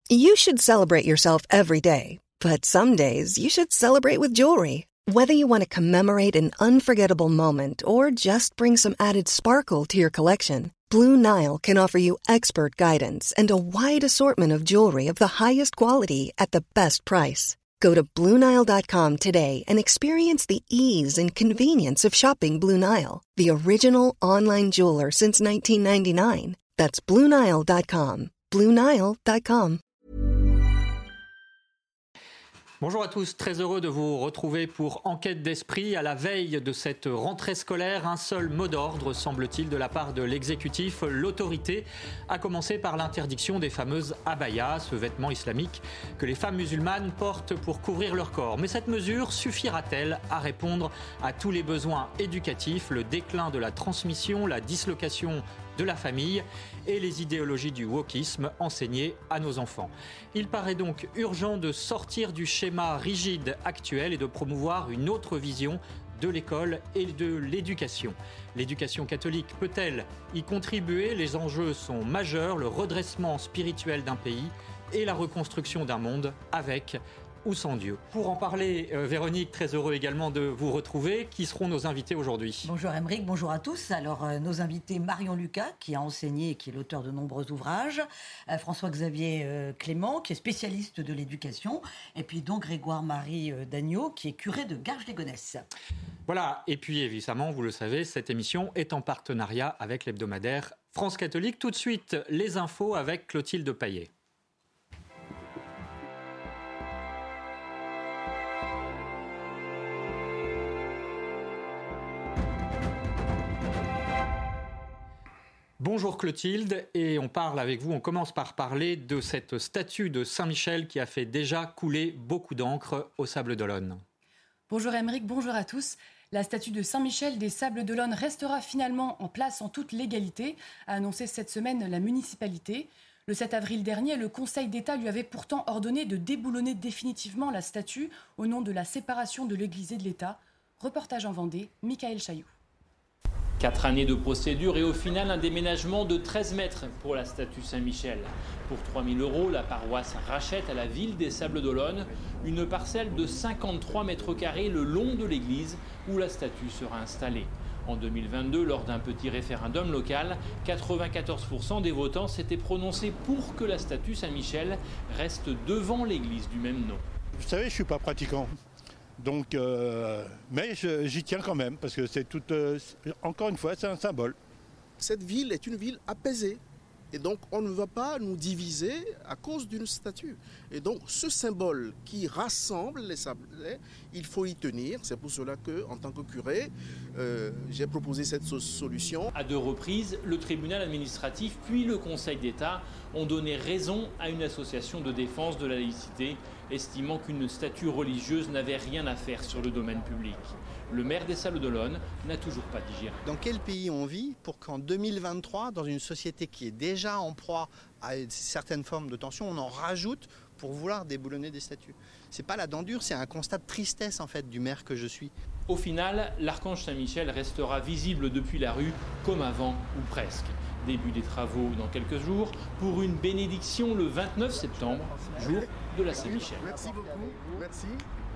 You should celebrate yourself every day, but some days you should celebrate with jewelry. Whether you want to commemorate an unforgettable moment or just bring some added sparkle to your collection, Blue Nile can offer you expert guidance and a wide assortment of jewelry of the highest quality at the best price. Go to BlueNile.com today and experience the ease and convenience of shopping Blue Nile, the original online jeweler since 1999. That's BlueNile.com. BlueNile.com. Bonjour à tous, très heureux de vous retrouver pour Enquête d'esprit. À la veille de cette rentrée scolaire, un seul mot d'ordre, semble-t-il, de la part de l'exécutif, l'autorité, à commencer par l'interdiction des fameuses abayas, ce vêtement islamique que les femmes musulmanes portent pour couvrir leur corps. Mais cette mesure suffira-t-elle à répondre à tous les besoins éducatifs, le déclin de la transmission, la dislocation de la famille et les idéologies du wokisme enseignées à nos enfants. Il paraît donc urgent de sortir du schéma rigide actuel et de promouvoir une autre vision de l'école et de l'éducation. L'éducation catholique peut-elle y contribuer ? Les enjeux sont majeurs, le redressement spirituel d'un pays et la reconstruction d'un monde avec ou sans Dieu. Pour en parler, Véronique, très heureux également de vous retrouver. Qui seront nos invités aujourd'hui ? Bonjour Aymeric, bonjour à tous. Alors, nos invités, Marion Lucas, qui a enseigné et qui est l'auteur de nombreux ouvrages, François-Xavier Clément, qui est spécialiste de l'éducation, et puis donc Grégoire-Marie Dagneau, qui est curé de Garges-les-Gonesse. Voilà, et puis évidemment, vous le savez, cette émission est en partenariat avec l'hebdomadaire France Catholique. Tout de suite, les infos avec Clotilde Paillet. Bonjour Clotilde, et on commence par parler de cette statue de Saint-Michel qui a fait déjà couler beaucoup d'encre au Sables d'Olonne. Bonjour Aymeric, bonjour à tous. La statue de Saint-Michel des Sables d'Olonne restera finalement en place en toute légalité, a annoncé cette semaine la municipalité. Le 7 avril dernier, le Conseil d'État lui avait pourtant ordonné de déboulonner définitivement la statue au nom de la séparation de l'Église et de l'État. Reportage en Vendée, Michael Chailloux. 4 années de procédure et au final un déménagement de 13 mètres pour la statue Saint-Michel. Pour 3 000 €, la paroisse rachète à la ville des Sables d'Olonne une parcelle de 53 mètres carrés le long de l'église où la statue sera installée. En 2022, lors d'un petit référendum local, 94% des votants s'étaient prononcés pour que la statue Saint-Michel reste devant l'église du même nom. Vous savez, je ne suis pas pratiquant. Donc, mais j'y tiens quand même, parce que c'est encore une fois, c'est un symbole. Cette ville est une ville apaisée. Et donc, on ne va pas nous diviser à cause d'une statue. Et donc, ce symbole qui rassemble les Sablés, il faut y tenir. C'est pour cela que, en tant que curé, j'ai proposé cette solution. À 2 reprises, le tribunal administratif puis le Conseil d'État ont donné raison à une association de défense de la laïcité, estimant qu'une statue religieuse n'avait rien à faire sur le domaine public. Le maire des Sables d'Olonne n'a toujours pas digéré. Dans quel pays on vit pour qu'en 2023, dans une société qui est déjà en proie à certaines formes de tension, on en rajoute pour vouloir déboulonner des statues ? C'est pas la dent dure, c'est un constat de tristesse en fait du maire que je suis. Au final, l'archange Saint-Michel restera visible depuis la rue comme avant ou presque. Début des travaux dans quelques jours pour une bénédiction le 29 septembre, jour de la Saint-Michel. Merci beaucoup. Merci.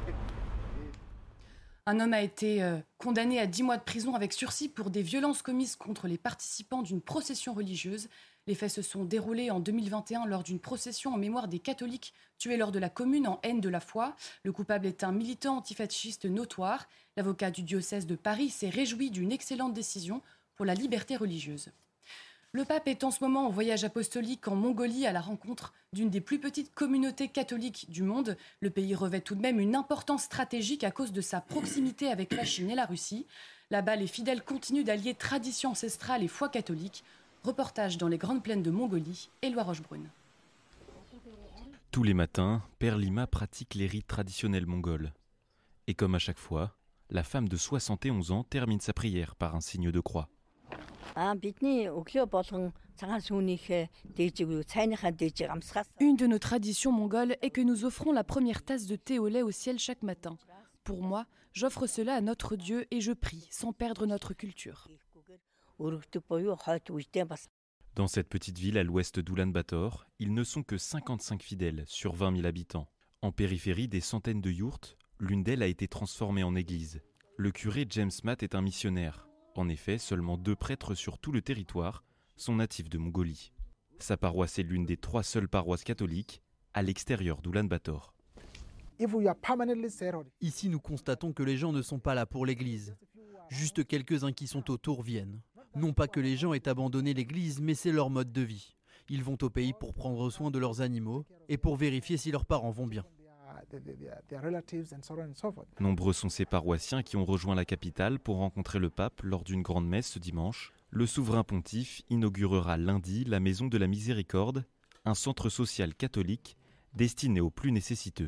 Un homme a été condamné à 10 mois de prison avec sursis pour des violences commises contre les participants d'une procession religieuse. Les faits se sont déroulés en 2021 lors d'une procession en mémoire des catholiques tués lors de la Commune en haine de la foi. Le coupable est un militant antifasciste notoire. L'avocat du diocèse de Paris s'est réjoui d'une excellente décision pour la liberté religieuse. Le pape est en ce moment en voyage apostolique en Mongolie à la rencontre d'une des plus petites communautés catholiques du monde. Le pays revêt tout de même une importance stratégique à cause de sa proximité avec la Chine et la Russie. Là-bas, les fidèles continuent d'allier tradition ancestrale et foi catholique. Reportage dans les grandes plaines de Mongolie, Éloi Rochebrune. Tous les matins, Père Lima pratique les rites traditionnels mongols. Et comme à chaque fois, la femme de 71 ans termine sa prière par un signe de croix. Une de nos traditions mongoles est que nous offrons la première tasse de thé au lait au ciel chaque matin. Pour moi, j'offre cela à notre Dieu et je prie, sans perdre notre culture. Dans cette petite ville à l'ouest d'Oulan-Bator, ils ne sont que 55 fidèles sur 20 000 habitants. En périphérie, des centaines de yourtes, l'une d'elles a été transformée en église. Le curé James Matt est un missionnaire. En effet, seulement 2 prêtres sur tout le territoire sont natifs de Mongolie. Sa paroisse est l'une des 3 seules paroisses catholiques à l'extérieur d'Oulan-Bator. Ici, nous constatons que les gens ne sont pas là pour l'église. Juste quelques-uns qui sont autour viennent. Non pas que les gens aient abandonné l'église, mais c'est leur mode de vie. Ils vont au pays pour prendre soin de leurs animaux et pour vérifier si leurs parents vont bien. Nombreux sont ces paroissiens qui ont rejoint la capitale pour rencontrer le pape lors d'une grande messe ce dimanche. Le souverain pontife inaugurera lundi la Maison de la Miséricorde, un centre social catholique destiné aux plus nécessiteux.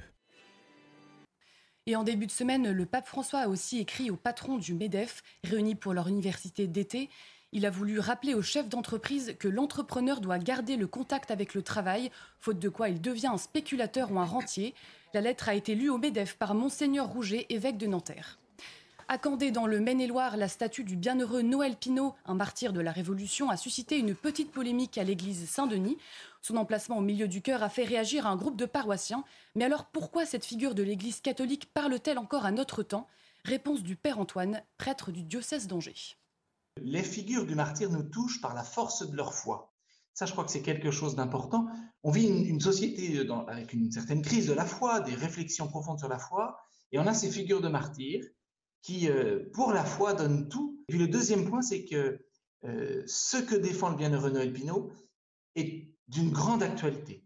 Et en début de semaine, le pape François a aussi écrit aux patrons du MEDEF, réunis pour leur université d'été. Il a voulu rappeler aux chefs d'entreprise que l'entrepreneur doit garder le contact avec le travail, faute de quoi il devient un spéculateur ou un rentier. La lettre a été lue au MEDEF par Monseigneur Rouget, évêque de Nanterre. À Candé, dans le Maine-et-Loire, la statue du bienheureux Noël Pineau, un martyr de la Révolution, a suscité une petite polémique à l'église Saint-Denis. Son emplacement au milieu du chœur a fait réagir un groupe de paroissiens. Mais alors pourquoi cette figure de l'église catholique parle-t-elle encore à notre temps ? Réponse du Père Antoine, prêtre du diocèse d'Angers. Les figures du martyr nous touchent par la force de leur foi. Ça, je crois que c'est quelque chose d'important. On vit une société avec une certaine crise de la foi, des réflexions profondes sur la foi, et on a ces figures de martyrs qui, pour la foi, donnent tout. Et puis le deuxième point, c'est que ce que défend le bienheureux Noël Pineau est d'une grande actualité.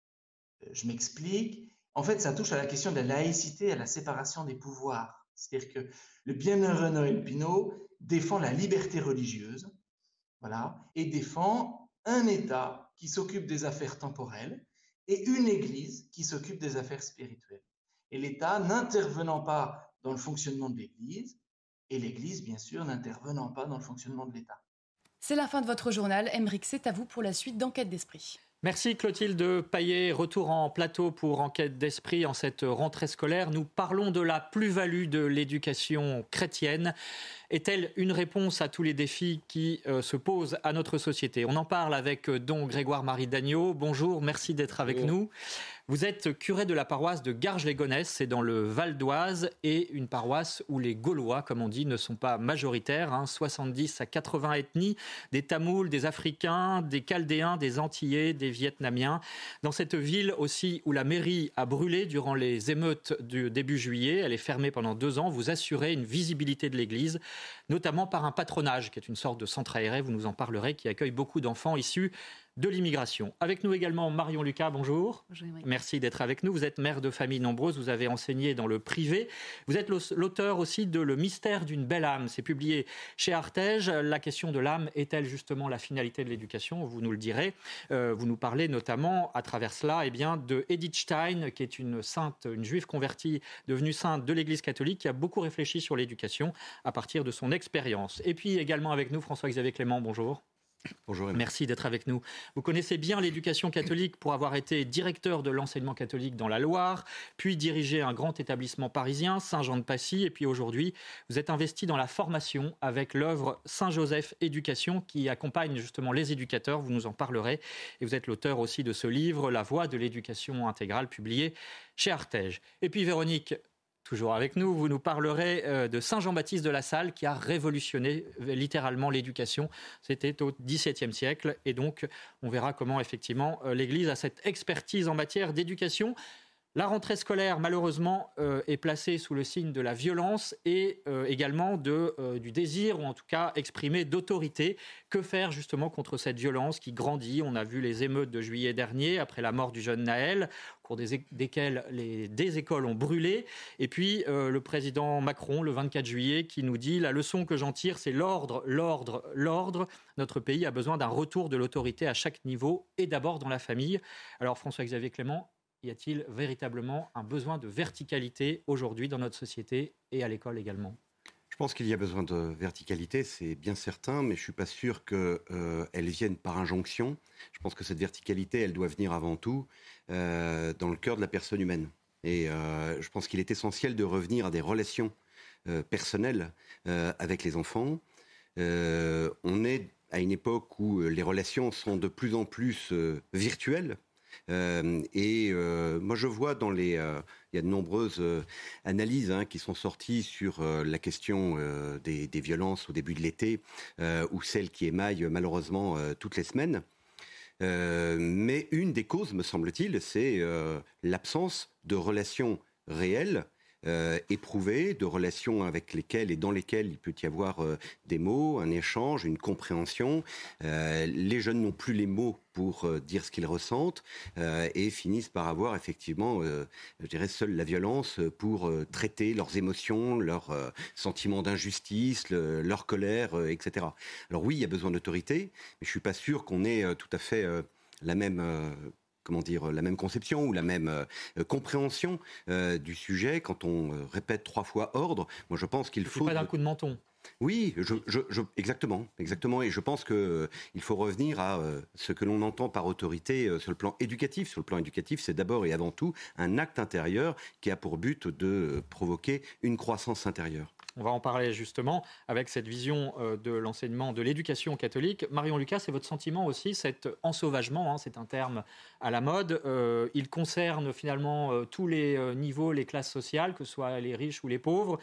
Je m'explique. En fait, ça touche à la question de la laïcité, à la séparation des pouvoirs. C'est-à-dire que le bienheureux Noël Pineau défend la liberté religieuse, voilà, et défend un État qui s'occupe des affaires temporelles et une Église qui s'occupe des affaires spirituelles. Et l'État n'intervenant pas dans le fonctionnement de l'Église, et l'Église, bien sûr, n'intervenant pas dans le fonctionnement de l'État. C'est la fin de votre journal. Aymeric, c'est à vous pour la suite d'Enquête d'Esprit. Merci Clotilde Paillet. Retour en plateau pour Enquête d'Esprit en cette rentrée scolaire. Nous parlons de la plus-value de l'éducation chrétienne. Est-elle une réponse à tous les défis qui se posent à notre société ? On en parle avec Don Grégoire-Marie Dagneau. Bonjour, merci d'être avec nous. Vous êtes curé de la paroisse de Garges-les-Gonesse, c'est dans le Val d'Oise, et une paroisse où les Gaulois, comme on dit, ne sont pas majoritaires. 70 à 80 ethnies, des Tamouls, des Africains, des Chaldéens, des Antillais, des Vietnamiens. Dans cette ville aussi où la mairie a brûlé durant les émeutes du début juillet, elle est fermée pendant 2 ans, vous assurez une visibilité de l'église, notamment par un patronage qui est une sorte de centre aéré, vous nous en parlerez, qui accueille beaucoup d'enfants issus de l'immigration. Avec nous également Marion Lucas, bonjour. Bonjour. Merci d'être avec nous. Vous êtes mère de famille nombreuse, vous avez enseigné dans le privé. Vous êtes l'auteur aussi de Le mystère d'une belle âme. C'est publié chez Artege. La question de l'âme est-elle justement la finalité de l'éducation ? Vous nous le direz. Vous nous parlez notamment à travers cela de Edith Stein, qui est une sainte, une juive convertie, devenue sainte de l'Église catholique, qui a beaucoup réfléchi sur l'éducation à partir de son expérience. Et puis également avec nous François-Xavier Clément, bonjour. Bonjour. Merci d'être avec nous. Vous connaissez bien l'éducation catholique pour avoir été directeur de l'enseignement catholique dans la Loire, puis dirigé un grand établissement parisien, Saint-Jean-de-Passy, et puis aujourd'hui, vous êtes investi dans la formation avec l'œuvre Saint-Joseph Éducation qui accompagne justement les éducateurs, vous nous en parlerez, et vous êtes l'auteur aussi de ce livre, La voie de l'éducation intégrale, publié chez Artege. Et puis Véronique, toujours avec nous, vous nous parlerez de Saint Jean-Baptiste de La Salle qui a révolutionné littéralement l'éducation. C'était au XVIIe siècle et donc on verra comment effectivement l'Église a cette expertise en matière d'éducation. La rentrée scolaire, malheureusement, est placée sous le signe de la violence et également du désir, ou en tout cas exprimé, d'autorité. Que faire justement contre cette violence qui grandit ? On a vu les émeutes de juillet dernier, après la mort du jeune Naël, au cours desquelles des écoles ont brûlé. Et puis le président Macron, le 24 juillet, qui nous dit « La leçon que j'en tire, c'est l'ordre, l'ordre, l'ordre. Notre pays a besoin d'un retour de l'autorité à chaque niveau et d'abord dans la famille. » Alors François-Xavier Clément, y a-t-il véritablement un besoin de verticalité aujourd'hui dans notre société et à l'école également ? Je pense qu'il y a besoin de verticalité, c'est bien certain, mais je ne suis pas sûr qu'elle vienne par injonction. Je pense que cette verticalité, elle doit venir avant tout dans le cœur de la personne humaine. Et je pense qu'il est essentiel de revenir à des relations personnelles avec les enfants. On est à une époque où les relations sont de plus en plus virtuelles. Moi, je vois il y a de nombreuses analyses qui sont sorties sur la question des violences au début de l'été, ou celles qui émaillent malheureusement toutes les semaines. Mais une des causes, me semble-t-il, c'est l'absence de relations réelles, éprouvées, de relations avec lesquelles et dans lesquelles il peut y avoir des mots, un échange, une compréhension. Les jeunes n'ont plus les mots pour dire ce qu'ils ressentent et finissent par avoir effectivement, je dirais, seule la violence pour traiter leurs émotions, leurs sentiments d'injustice, leur colère, etc. Alors oui, il y a besoin d'autorité, mais je ne suis pas sûr qu'on ait tout à fait la même conception ou la même compréhension du sujet quand on répète 3 fois ordre. Moi, je pense qu'il faut... pas d'un coup de menton. Oui, exactement. Et je pense qu'il faut revenir à ce que l'on entend par autorité sur le plan éducatif. Sur le plan éducatif, c'est d'abord et avant tout un acte intérieur qui a pour but de provoquer une croissance intérieure. On va en parler justement avec cette vision de l'enseignement de l'éducation catholique. Marion Lucas, c'est votre sentiment aussi, cet ensauvagement, c'est un terme à la mode. Il concerne finalement tous les niveaux, les classes sociales, que ce soit les riches ou les pauvres.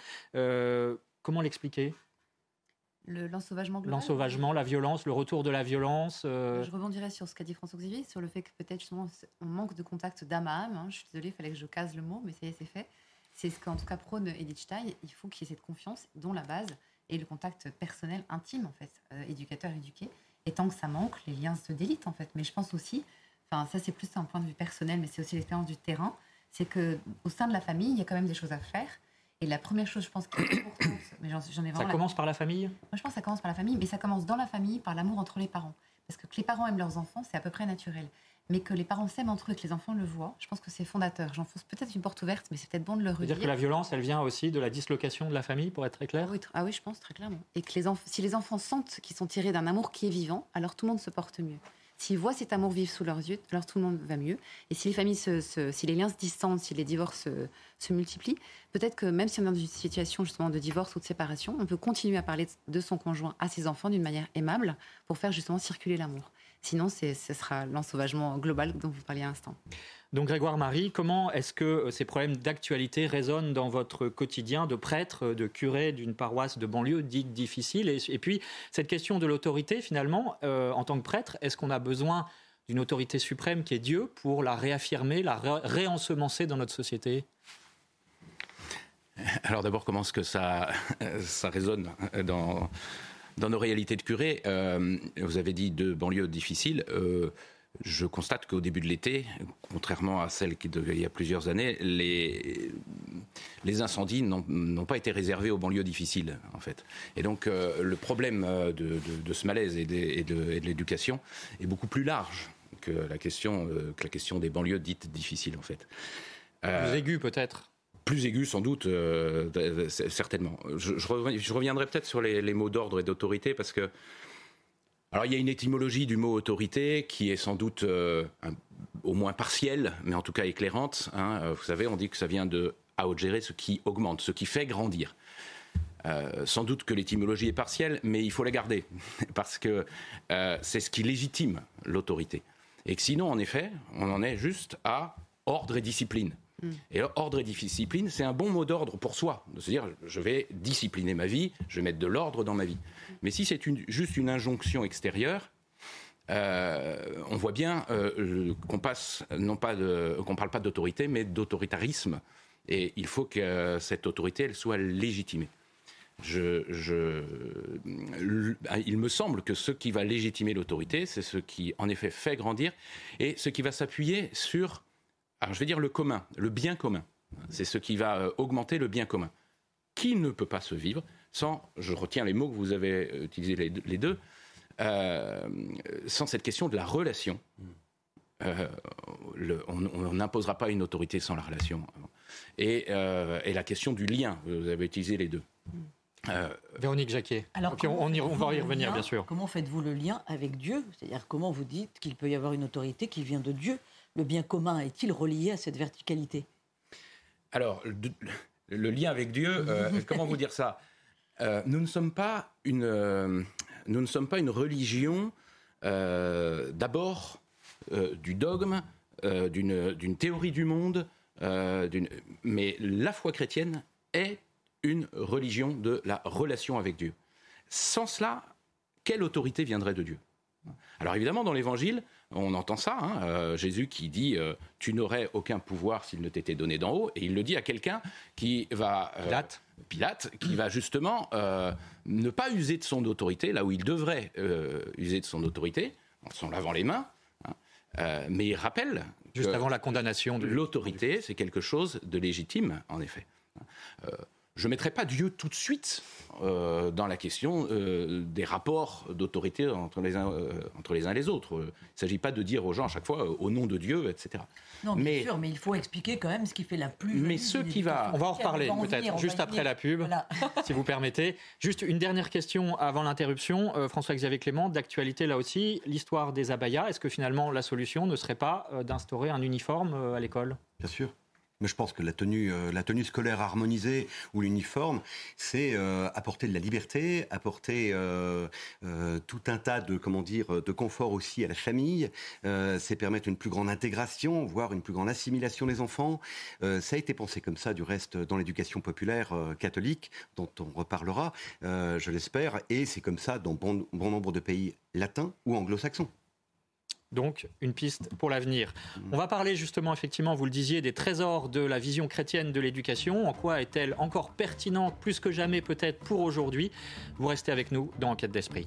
Comment l'expliquer ? L'ensauvagement global. L'ensauvagement, la violence, le retour de la violence. Je rebondirais sur ce qu'a dit François-Xavier, sur le fait que peut-être justement on manque de contact d'âme à âme. Je suis désolée, il fallait que je case le mot, mais ça y est, c'est fait. C'est ce qu'en tout cas prône Edith Stein. Il faut qu'il y ait cette confiance, dont la base est le contact personnel intime, en fait, éducateur-éduqué. Et tant que ça manque, les liens se délitent, en fait. Mais je pense aussi, ça c'est plus un point de vue personnel, mais c'est aussi l'expérience du terrain, c'est qu'au sein de la famille, il y a quand même des choses à faire. Et la première chose, je pense, qui est importante, mais j'en ai vraiment... Ça commence par la famille ? Moi, je pense que ça commence par la famille, mais ça commence dans la famille, par l'amour entre les parents. Parce que les parents aiment leurs enfants, c'est à peu près naturel. Mais que les parents s'aiment entre eux et que les enfants le voient, je pense que c'est fondateur. J'enfonce peut-être une porte ouverte, mais c'est peut-être bon de le redire. C'est-à-dire que la violence, elle vient aussi de la dislocation de la famille, pour être très clair ? Ah oui, je pense très clairement. Et que si les enfants sentent qu'ils sont tirés d'un amour qui est vivant, alors tout le monde se porte mieux. S'ils voient cet amour vivre sous leurs yeux, alors tout le monde va mieux. Et si les familles, si les liens se distendent, si les divorces se multiplient, peut-être que même si on est dans une situation justement de divorce ou de séparation, on peut continuer à parler de son conjoint à ses enfants d'une manière aimable pour faire justement circuler l'amour. Sinon, ce sera l'ensauvagement global dont vous parliez à l'instant. Donc Grégoire Marie, comment est-ce que ces problèmes d'actualité résonnent dans votre quotidien de prêtre, de curé d'une paroisse de banlieue dite difficile ? Et puis, cette question de l'autorité, finalement, en tant que prêtre, est-ce qu'on a besoin d'une autorité suprême qui est Dieu pour la réaffirmer, la réensemencer dans notre société ? Alors d'abord, comment est-ce que ça résonne dans nos réalités de curé ? Vous avez dit de banlieue difficile. Je constate qu'au début de l'été, contrairement à celle il y a plusieurs années, les incendies n'ont pas été réservés aux banlieues difficiles, en fait. Et donc, le problème de ce malaise et de l'éducation est beaucoup plus large que la question des banlieues dites difficiles, en fait. Plus aiguë, peut-être ? Plus aigu, sans doute, certainement. Je reviendrai peut-être sur les mots d'ordre et d'autorité, parce que alors, il y a une étymologie du mot autorité qui est sans doute au moins partielle, mais en tout cas éclairante. Vous savez, on dit que ça vient de augere, ce qui augmente, ce qui fait grandir. Sans doute que l'étymologie est partielle, mais il faut la garder, parce que c'est ce qui légitime l'autorité. Et que sinon, en effet, on en est juste à ordre et discipline. Et ordre et discipline, c'est un bon mot d'ordre pour soi, de se dire je vais discipliner ma vie, je vais mettre de l'ordre dans ma vie. Mais si c'est juste une injonction extérieure, on voit bien qu'on parle pas d'autorité, mais d'autoritarisme. Et il faut que cette autorité, elle soit légitimée. Il me semble que ce qui va légitimer l'autorité, c'est ce qui, en effet, fait grandir et ce qui va s'appuyer sur... Alors, je vais dire le commun, le bien commun. C'est ce qui va augmenter le bien commun. Qui ne peut pas se vivre sans, je retiens les mots que vous avez utilisés les deux, sans cette question de la relation. On n'imposera pas une autorité sans la relation. Et la question du lien, vous avez utilisé les deux. Véronique Jacquet. Alors, on va y revenir, bien sûr. Comment faites-vous le lien avec Dieu ? C'est-à-dire, comment vous dites qu'il peut y avoir une autorité qui vient de Dieu ? Le bien commun est-il relié à cette verticalité ? Alors, le lien avec Dieu, comment vous dire ça ? Nous ne sommes pas nous ne sommes pas une religion d'abord du dogme, d'une théorie du monde, mais la foi chrétienne est une religion de la relation avec Dieu. Sans cela, quelle autorité viendrait de Dieu ? Alors évidemment, dans l'Évangile, on entend ça, Jésus qui dit « Tu n'aurais aucun pouvoir s'il ne t'était donné d'en haut », et il le dit à quelqu'un qui va... Pilate, qui va justement ne pas user de son autorité, là où il devrait user de son autorité, en s'en lavant les mains, mais il rappelle... Juste avant la condamnation. L'autorité, c'est quelque chose de légitime, en effet. Je ne mettrai pas Dieu tout de suite dans la question des rapports d'autorité entre les uns et les autres. Il ne s'agit pas de dire aux gens à chaque fois au nom de Dieu, etc. Non, bien sûr, mais il faut expliquer quand même ce qui fait la plus... Mais ce qui va... On va en reparler peut-être juste après la pub, voilà. Si vous permettez. Juste une dernière question avant l'interruption. François-Xavier Clément, d'actualité là aussi, l'histoire des abayas. Est-ce que finalement la solution ne serait pas d'instaurer un uniforme à l'école ? Bien sûr. Mais je pense que la tenue scolaire harmonisée ou l'uniforme, c'est apporter de la liberté, apporter tout un tas de confort aussi à la famille. C'est permettre une plus grande intégration, voire une plus grande assimilation des enfants. Ça a été pensé comme ça, du reste, dans l'éducation populaire catholique, dont on reparlera, je l'espère. Et c'est comme ça dans bon nombre de pays latins ou anglo-saxons. Donc, une piste pour l'avenir. On va parler justement, effectivement, vous le disiez, des trésors de la vision chrétienne de l'éducation. En quoi est-elle encore pertinente, plus que jamais peut-être pour aujourd'hui ? Vous restez avec nous dans Enquête d'Esprit.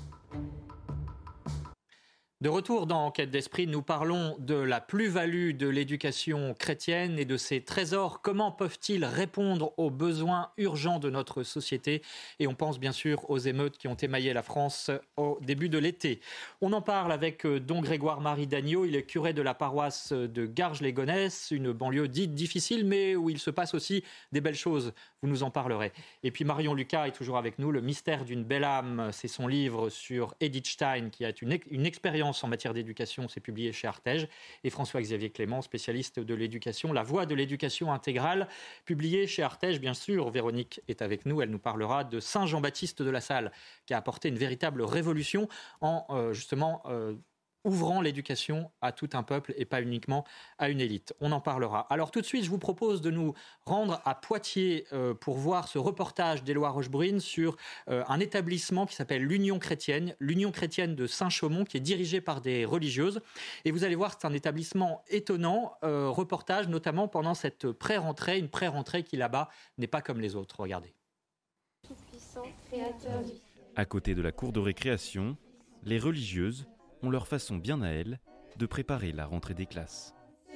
De retour dans Enquête d'Esprit, nous parlons de la plus-value de l'éducation chrétienne et de ses trésors. Comment peuvent-ils répondre aux besoins urgents de notre société ? Et on pense bien sûr aux émeutes qui ont émaillé la France au début de l'été. On en parle avec don Grégoire-Marie Dagneau. Il est curé de la paroisse de Garges-les-Gonesse, une banlieue dite difficile, mais où il se passe aussi des belles choses. Vous nous en parlerez. Et puis Marion Lucas est toujours avec nous. Le mystère d'une belle âme, c'est son livre sur Edith Stein, qui a une expérience en matière d'éducation, c'est publié chez Artege, et François-Xavier Clément, spécialiste de l'éducation, La Voie de l'éducation intégrale, publié chez Artege, bien sûr. Véronique est avec nous, elle nous parlera de Saint Jean-Baptiste de La Salle, qui a apporté une véritable révolution en ouvrant l'éducation à tout un peuple et pas uniquement à une élite. On en parlera. Alors tout de suite, je vous propose de nous rendre à Poitiers pour voir ce reportage d'Éloi Rochebrune sur un établissement qui s'appelle l'Union chrétienne de Saint-Chaumont, qui est dirigé par des religieuses. Et vous allez voir, c'est un établissement étonnant. Reportage notamment pendant cette pré-rentrée, une pré-rentrée qui là-bas n'est pas comme les autres. Regardez. À côté de la cour de récréation, les religieuses ont leur façon bien à elles de préparer la rentrée des classes.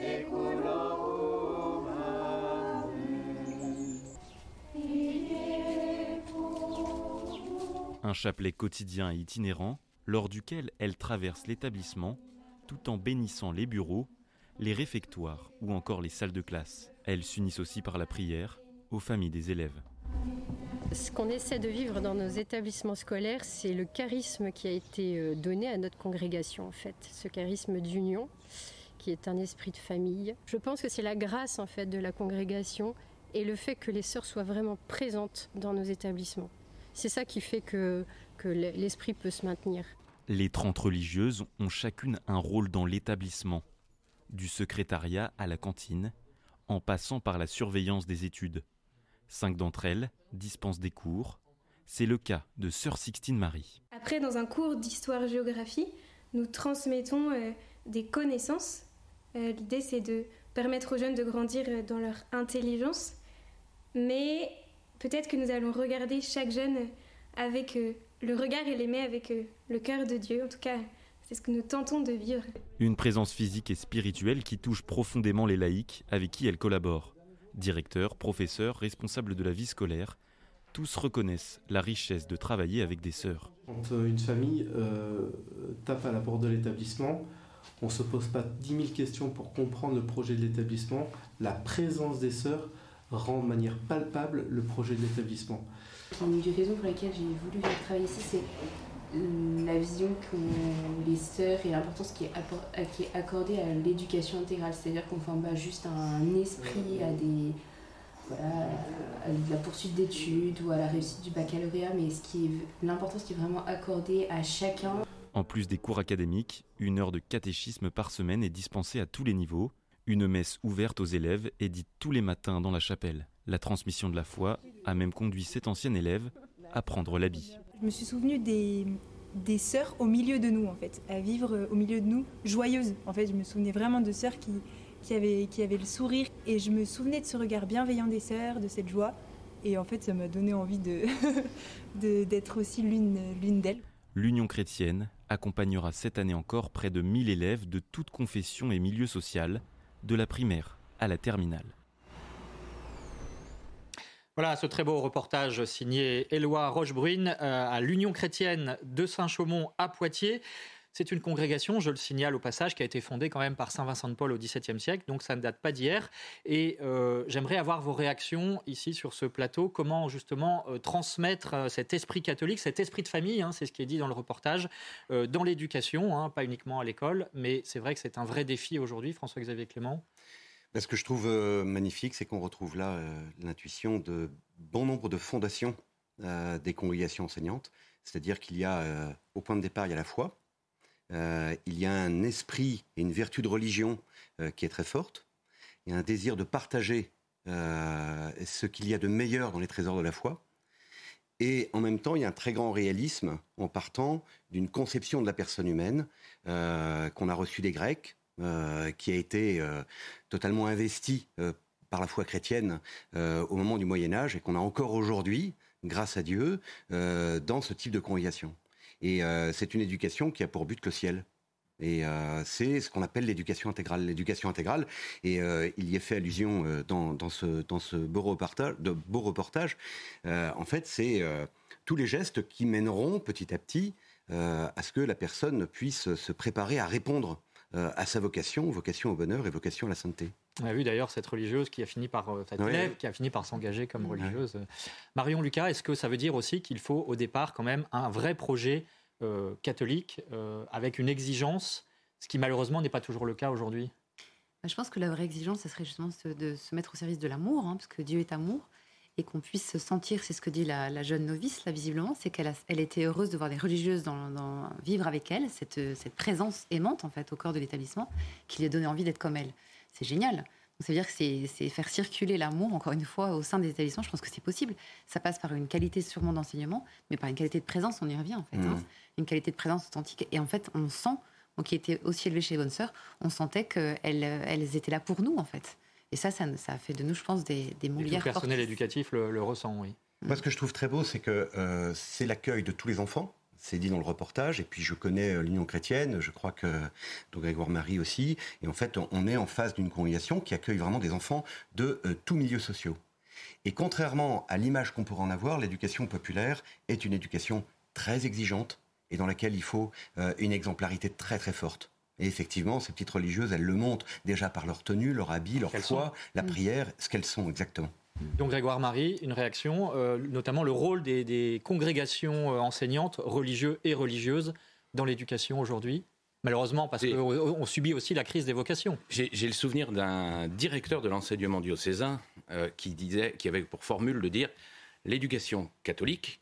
Un chapelet quotidien et itinérant, lors duquel elles traversent l'établissement, tout en bénissant les bureaux, les réfectoires ou encore les salles de classe. Elles s'unissent aussi par la prière aux familles des élèves. Ce qu'on essaie de vivre dans nos établissements scolaires, c'est le charisme qui a été donné à notre congrégation, en fait. Ce charisme d'union, qui est un esprit de famille. Je pense que c'est la grâce, en fait, de la congrégation et le fait que les sœurs soient vraiment présentes dans nos établissements. C'est ça qui fait que l'esprit peut se maintenir. Les 30 religieuses ont chacune un rôle dans l'établissement, du secrétariat à la cantine, en passant par la surveillance des études. 5 d'entre elles dispensent des cours. C'est le cas de Sœur Sixtine Marie. Après, dans un cours d'histoire-géographie, nous transmettons des connaissances. L'idée, c'est de permettre aux jeunes de grandir dans leur intelligence. Mais peut-être que nous allons regarder chaque jeune avec le regard et l'aimer avec le cœur de Dieu. En tout cas, c'est ce que nous tentons de vivre. Une présence physique et spirituelle qui touche profondément les laïcs avec qui elle collabore. Directeurs, professeurs, responsables de la vie scolaire, tous reconnaissent la richesse de travailler avec des sœurs. Quand une famille tape à la porte de l'établissement, on ne se pose pas 10 000 questions pour comprendre le projet de l'établissement. La présence des sœurs rend de manière palpable le projet de l'établissement. Une des raisons pour laquelle j'ai voulu travailler ici, c'est la vision qu'ont les sœurs et l'importance qui est accordée à l'éducation intégrale. C'est-à-dire qu'on ne forme pas juste un esprit à la poursuite d'études ou à la réussite du baccalauréat, mais l'importance qui est vraiment accordée à chacun. En plus des cours académiques, 1 heure de catéchisme par semaine est dispensée à tous les niveaux. Une messe ouverte aux élèves est dite tous les matins dans la chapelle. La transmission de la foi a même conduit cette ancienne élève à prendre l'habit. Je me suis souvenue des sœurs au milieu de nous, en fait, à vivre au milieu de nous, joyeuses. En fait, je me souvenais vraiment de sœurs qui avaient le sourire. Et je me souvenais de ce regard bienveillant des sœurs, de cette joie. Et en fait, ça m'a donné envie d'être aussi l'une d'elles. L'Union chrétienne accompagnera cette année encore près de 1000 élèves de toutes confessions et milieux sociaux, de la primaire à la terminale. Voilà ce très beau reportage signé Éloi Rochebrune à l'Union chrétienne de Saint-Chaumont à Poitiers. C'est une congrégation, je le signale au passage, qui a été fondée quand même par Saint Vincent de Paul au XVIIe siècle, donc ça ne date pas d'hier. Et j'aimerais avoir vos réactions ici sur ce plateau. Comment justement transmettre cet esprit catholique, cet esprit de famille, c'est ce qui est dit dans le reportage, dans l'éducation, pas uniquement à l'école. Mais c'est vrai que c'est un vrai défi aujourd'hui, François-Xavier Clément. Ce que je trouve magnifique, c'est qu'on retrouve là l'intuition de bon nombre de fondations des congrégations enseignantes. C'est-à-dire qu'il y a, au point de départ, il y a la foi. Il y a un esprit et une vertu de religion qui est très forte. Il y a un désir de partager ce qu'il y a de meilleur dans les trésors de la foi. Et en même temps, il y a un très grand réalisme en partant d'une conception de la personne humaine qu'on a reçue des Grecs, qui a été totalement investie par la foi chrétienne au moment du Moyen-Âge et qu'on a encore aujourd'hui, grâce à Dieu, dans ce type de congrégation. Et c'est une éducation qui a pour but que le ciel. Et c'est ce qu'on appelle l'éducation intégrale. L'éducation intégrale, et il y est fait allusion dans ce beau reportage, en fait, c'est tous les gestes qui mèneront petit à petit à ce que la personne puisse se préparer à répondre à sa vocation au bonheur et vocation à la sainteté. On a vu d'ailleurs cette religieuse qui a fini par, élève qui a fini par s'engager comme religieuse. Marion Lucas, est-ce que ça veut dire aussi qu'il faut au départ quand même un vrai projet catholique avec une exigence, ce qui malheureusement n'est pas toujours le cas aujourd'hui? Je pense que la vraie exigence, ce serait justement de se mettre au service de l'amour, parce que Dieu est amour, et qu'on puisse se sentir, c'est ce que dit la jeune novice, là visiblement, c'est qu'elle était heureuse de voir des religieuses vivre avec elle, cette présence aimante en fait au cœur de l'établissement, qui lui a donné envie d'être comme elle. C'est génial. Donc, ça veut dire que c'est faire circuler l'amour, encore une fois, au sein des établissements. Je pense que c'est possible. Ça passe par une qualité sûrement d'enseignement, mais par une qualité de présence, on y revient en fait. Une qualité de présence authentique. Et en fait, on sent, qui était aussi élevé chez les bonnes sœurs, on sentait qu'elles étaient là pour nous en fait. Et ça a fait de nous, je pense, des moulières fortes. Le personnel éducatif le ressent, oui. Moi, ce que je trouve très beau, c'est que c'est l'accueil de tous les enfants. C'est dit dans le reportage. Et puis, je connais l'Union chrétienne. Je crois que Grégoire Marie aussi. Et en fait, on est en face d'une congrégation qui accueille vraiment des enfants de tous milieux sociaux. Et contrairement à l'image qu'on pourrait en avoir, l'éducation populaire est une éducation très exigeante et dans laquelle il faut une exemplarité très, très forte. Et effectivement, ces petites religieuses, elles le montrent déjà par leur tenue, leur habit, leur foi, la prière, ce qu'elles sont exactement. Donc Grégoire Marie, une réaction, notamment le rôle des congrégations enseignantes, religieux et religieuses, dans l'éducation aujourd'hui, malheureusement, parce qu'on subit aussi la crise des vocations. J'ai le souvenir d'un directeur de l'enseignement diocésain qui avait pour formule de dire « l'éducation catholique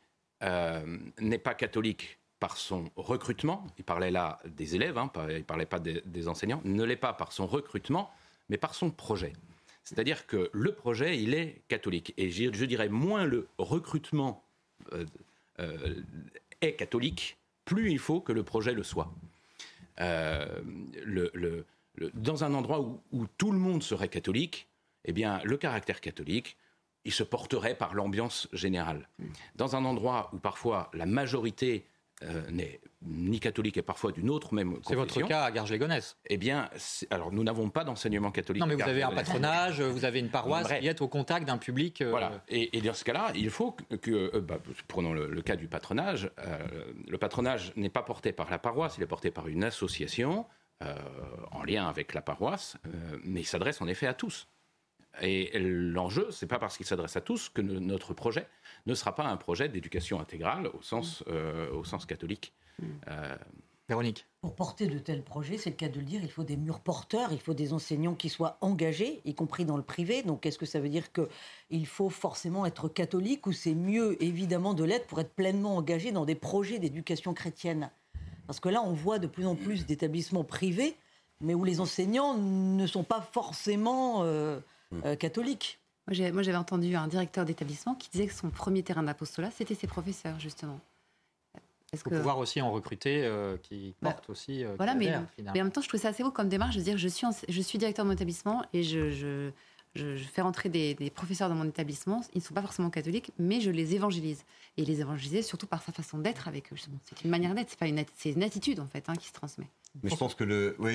n'est pas catholique ». Par son recrutement, il parlait là des élèves, il ne parlait pas des enseignants, ne l'est pas par son recrutement, mais par son projet. C'est-à-dire que le projet, il est catholique. Et je dirais, moins le recrutement est catholique, plus il faut que le projet le soit. Dans un endroit où tout le monde serait catholique, eh bien, le caractère catholique, il se porterait par l'ambiance générale. Dans un endroit où parfois la majorité n'est ni catholique et parfois d'une autre même confession. C'est votre cas à Garges-les-Gonesse. Eh bien, alors nous n'avons pas d'enseignement catholique. Non, mais vous avez un patronage, vous avez une paroisse qui est au contact d'un public. Voilà. Et dans ce cas-là, il faut que prenons le cas du patronage. Le patronage n'est pas porté par la paroisse, il est porté par une association en lien avec la paroisse, mais il s'adresse en effet à tous. Et l'enjeu, c'est pas parce qu'il s'adresse à tous que notre projet ne sera pas un projet d'éducation intégrale au sens catholique. Véronique. Pour porter de tels projets, c'est le cas de le dire, il faut des murs porteurs, il faut des enseignants qui soient engagés, y compris dans le privé. Donc est-ce que ça veut dire qu'il faut forcément être catholique ou c'est mieux évidemment de l'être pour être pleinement engagé dans des projets d'éducation chrétienne ? Parce que là, on voit de plus en plus d'établissements privés, mais où les enseignants ne sont pas forcément catholiques. Moi, j'avais entendu un directeur d'établissement qui disait que son premier terrain d'apostolat, c'était ses professeurs, justement. Il faut pouvoir aussi en recruter qui portent aussi. Voilà, mais en même temps, je trouve ça assez beau comme démarche de dire je suis directeur de mon établissement et je fais rentrer des professeurs dans mon établissement. Ils ne sont pas forcément catholiques, mais je les évangélise. Et les évangéliser surtout par sa façon d'être avec eux. C'est une manière d'être, c'est une attitude en fait qui se transmet. Mais je pense que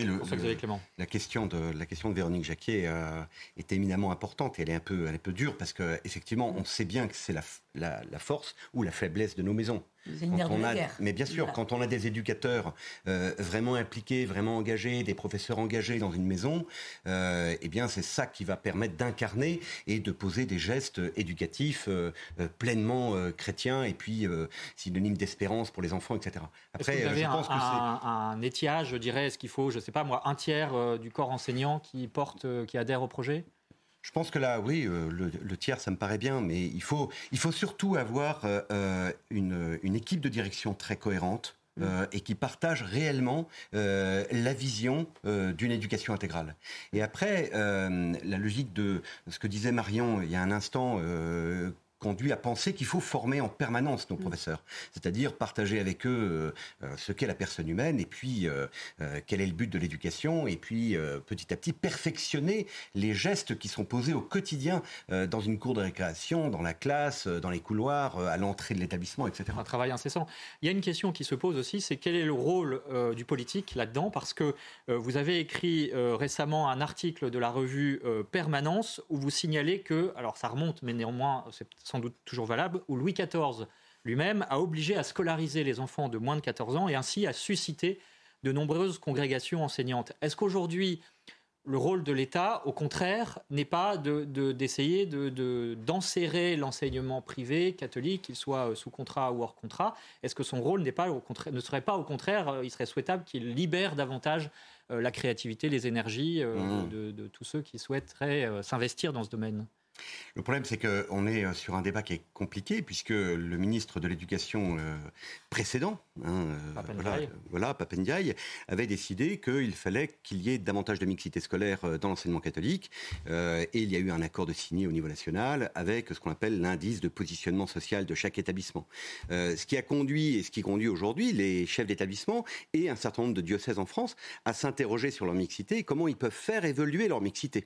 la question de Véronique Jacquier est éminemment importante et elle est un peu dure parce que effectivement on sait bien que c'est la force ou la faiblesse de nos maisons. C'est une nerf de la guerre. Mais bien sûr, voilà. Quand on a des éducateurs vraiment impliqués, vraiment engagés, des professeurs engagés dans une maison, eh bien c'est ça qui va permettre d'incarner et de poser des gestes éducatifs pleinement chrétiens et puis synonyme d'espérance pour les enfants, etc. Après, je pense que c'est un étiage, je dirais, est-ce qu'il faut, je ne sais pas moi, un tiers du corps enseignant qui adhère au projet ? Je pense que là, oui, le tiers, ça me paraît bien, mais il faut surtout avoir une équipe de direction très cohérente et qui partage réellement la vision d'une éducation intégrale. Et après, la logique de ce que disait Marion il y a un instant, conduit à penser qu'il faut former en permanence nos professeurs, c'est-à-dire partager avec eux ce qu'est la personne humaine et puis quel est le but de l'éducation et puis petit à petit perfectionner les gestes qui sont posés au quotidien dans une cour de récréation, dans la classe, dans les couloirs, à l'entrée de l'établissement, etc. Un travail incessant. Il y a une question qui se pose aussi, c'est quel est le rôle du politique là-dedans, parce que vous avez écrit récemment un article de la revue Permanence où vous signalez que, alors ça remonte mais néanmoins c'est sans doute toujours valable, où Louis XIV lui-même a obligé à scolariser les enfants de moins de 14 ans et ainsi a suscité de nombreuses congrégations enseignantes. Est-ce qu'aujourd'hui, le rôle de l'État, au contraire, n'est pas d'essayer d'enserrer l'enseignement privé catholique, qu'il soit sous contrat ou hors contrat ? Est-ce que son rôle ne serait pas au contraire, il serait souhaitable qu'il libère davantage la créativité, les énergies de tous ceux qui souhaiteraient s'investir dans ce domaine ? Le problème, c'est qu'on est sur un débat qui est compliqué, puisque le ministre de l'Éducation précédent, Pap Ndiaye, avait décidé qu'il fallait qu'il y ait davantage de mixité scolaire dans l'enseignement catholique. Et il y a eu un accord de signé au niveau national avec ce qu'on appelle l'indice de positionnement social de chaque établissement. Ce qui a conduit, et ce qui conduit aujourd'hui, les chefs d'établissement et un certain nombre de diocèses en France à s'interroger sur leur mixité et comment ils peuvent faire évoluer leur mixité.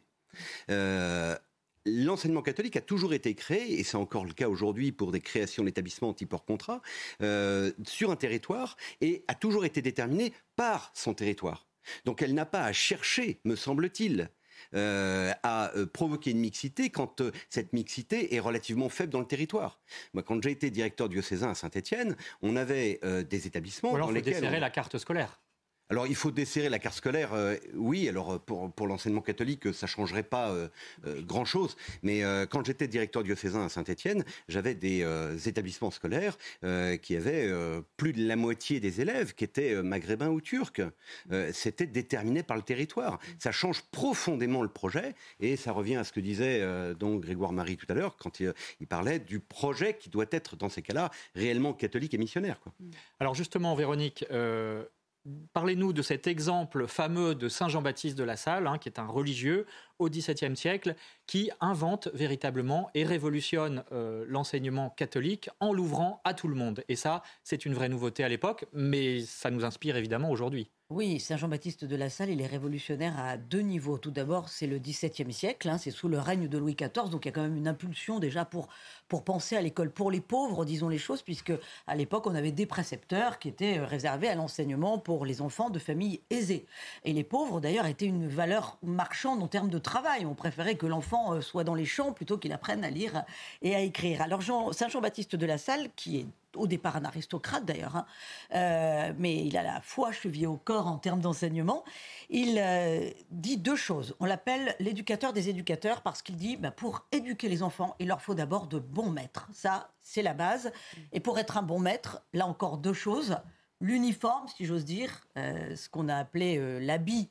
L'enseignement catholique a toujours été créé, et c'est encore le cas aujourd'hui pour des créations d'établissements type hors contrat, sur un territoire, et a toujours été déterminé par son territoire. Donc elle n'a pas à chercher, me semble-t-il, à provoquer une mixité quand cette mixité est relativement faible dans le territoire. Moi, quand j'ai été directeur diocésain à Saint-Étienne, on avait des établissements dans lesquels... Ou alors il faut desserrer la carte scolaire. Alors, il faut desserrer la carte scolaire, oui. Alors, pour l'enseignement catholique, ça ne changerait pas grand-chose. Mais quand j'étais directeur diocésain à Saint-Étienne, j'avais des établissements scolaires qui avaient plus de la moitié des élèves qui étaient maghrébins ou turcs. C'était déterminé par le territoire. Ça change profondément le projet. Et ça revient à ce que disait donc Grégoire Marie tout à l'heure, quand il parlait du projet qui doit être, dans ces cas-là, réellement catholique et missionnaire, quoi. Alors justement, Véronique... parlez-nous de cet exemple fameux de Saint Jean-Baptiste de La Salle, qui est un religieux au XVIIe siècle, qui invente véritablement et révolutionne l'enseignement catholique en l'ouvrant à tout le monde. Et ça, c'est une vraie nouveauté à l'époque, mais ça nous inspire évidemment aujourd'hui. Oui, Saint Jean-Baptiste de La Salle, il est révolutionnaire à deux niveaux. Tout d'abord, c'est le XVIIe siècle, c'est sous le règne de Louis XIV, donc il y a quand même une impulsion déjà pour penser à l'école pour les pauvres, disons les choses, puisque à l'époque, on avait des précepteurs qui étaient réservés à l'enseignement pour les enfants de familles aisées. Et les pauvres, d'ailleurs, étaient une valeur marchande en termes de travail. On préférait que l'enfant soit dans les champs plutôt qu'il apprenne à lire et à écrire. Alors, Saint Jean-Baptiste de La Salle, qui est au départ un aristocrate d'ailleurs, mais il a la foi chevillée au corps en termes d'enseignement. Il dit deux choses. On l'appelle l'éducateur des éducateurs parce qu'il dit pour éduquer les enfants, il leur faut d'abord de bons maîtres. Ça, c'est la base. Et pour être un bon maître, là encore deux choses. l'uniforme, si j'ose dire, ce qu'on a appelé l'habit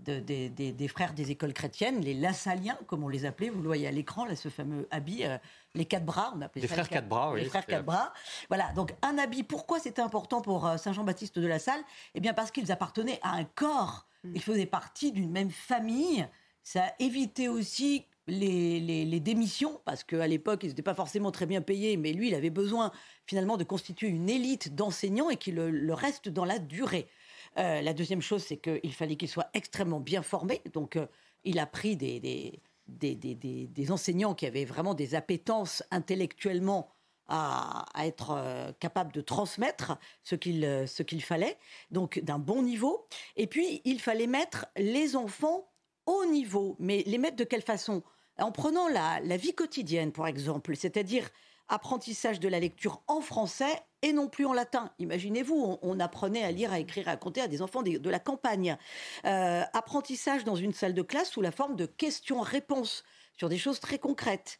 des frères des écoles chrétiennes, les Lassaliens, comme on les appelait, vous le voyez à l'écran, là, ce fameux habit, les 4 bras, on appelait les ça frères 4 bras, oui. Les frères 4 bras. Voilà, donc un habit, pourquoi c'était important pour Saint Jean-Baptiste de La Salle ? Eh bien parce qu'ils appartenaient à un corps, ils faisaient partie d'une même famille, ça évitait aussi les démissions, parce qu'à l'époque, ils n'étaient pas forcément très bien payés, mais lui, il avait besoin finalement de constituer une élite d'enseignants et qu'il le reste dans la durée. La deuxième chose, c'est qu'il fallait qu'il soit extrêmement bien formé. Donc, il a pris des enseignants qui avaient vraiment des appétences intellectuellement à être capables de transmettre ce qu'il fallait, donc d'un bon niveau. Et puis, il fallait mettre les enfants au niveau. Mais les mettre de quelle façon ? En prenant la vie quotidienne, par exemple, c'est-à-dire apprentissage de la lecture en français et non plus en latin. Imaginez-vous, on apprenait à lire, à écrire, à compter à des enfants de la campagne. Apprentissage dans une salle de classe sous la forme de questions-réponses sur des choses très concrètes.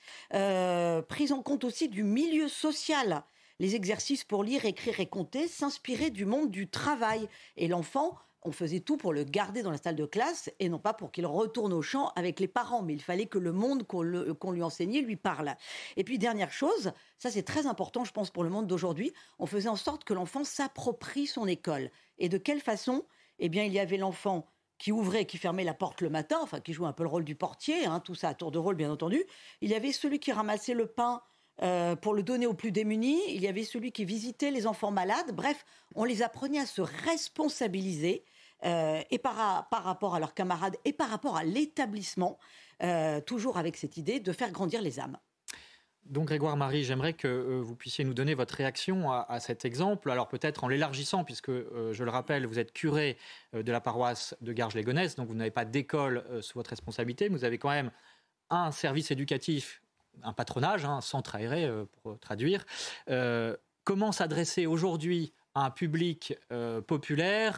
Prise en compte aussi du milieu social. Les exercices pour lire, écrire et compter s'inspiraient du monde du travail. Et l'enfant, on faisait tout pour le garder dans la salle de classe et non pas pour qu'il retourne au champ avec les parents. Mais il fallait que le monde qu'on lui enseignait lui parle. Et puis, dernière chose, ça c'est très important, je pense, pour le monde d'aujourd'hui, on faisait en sorte que l'enfant s'approprie son école. Et de quelle façon ? Eh bien, il y avait l'enfant qui ouvrait et qui fermait la porte le matin, enfin qui jouait un peu le rôle du portier, tout ça à tour de rôle, bien entendu. Il y avait celui qui ramassait le pain pour le donner aux plus démunis. Il y avait celui qui visitait les enfants malades. Bref, on les apprenait à se responsabiliser et par rapport à leurs camarades et par rapport à l'établissement, toujours avec cette idée de faire grandir les âmes. Donc Grégoire Marie, j'aimerais que vous puissiez nous donner votre réaction à cet exemple. Alors peut-être en l'élargissant, puisque je le rappelle, vous êtes curé de la paroisse de Garges-les-Gonesse, donc vous n'avez pas d'école sous votre responsabilité, mais vous avez quand même un service éducatif, un patronage, un centre aéré pour traduire. Comment s'adresser aujourd'hui à un public populaire,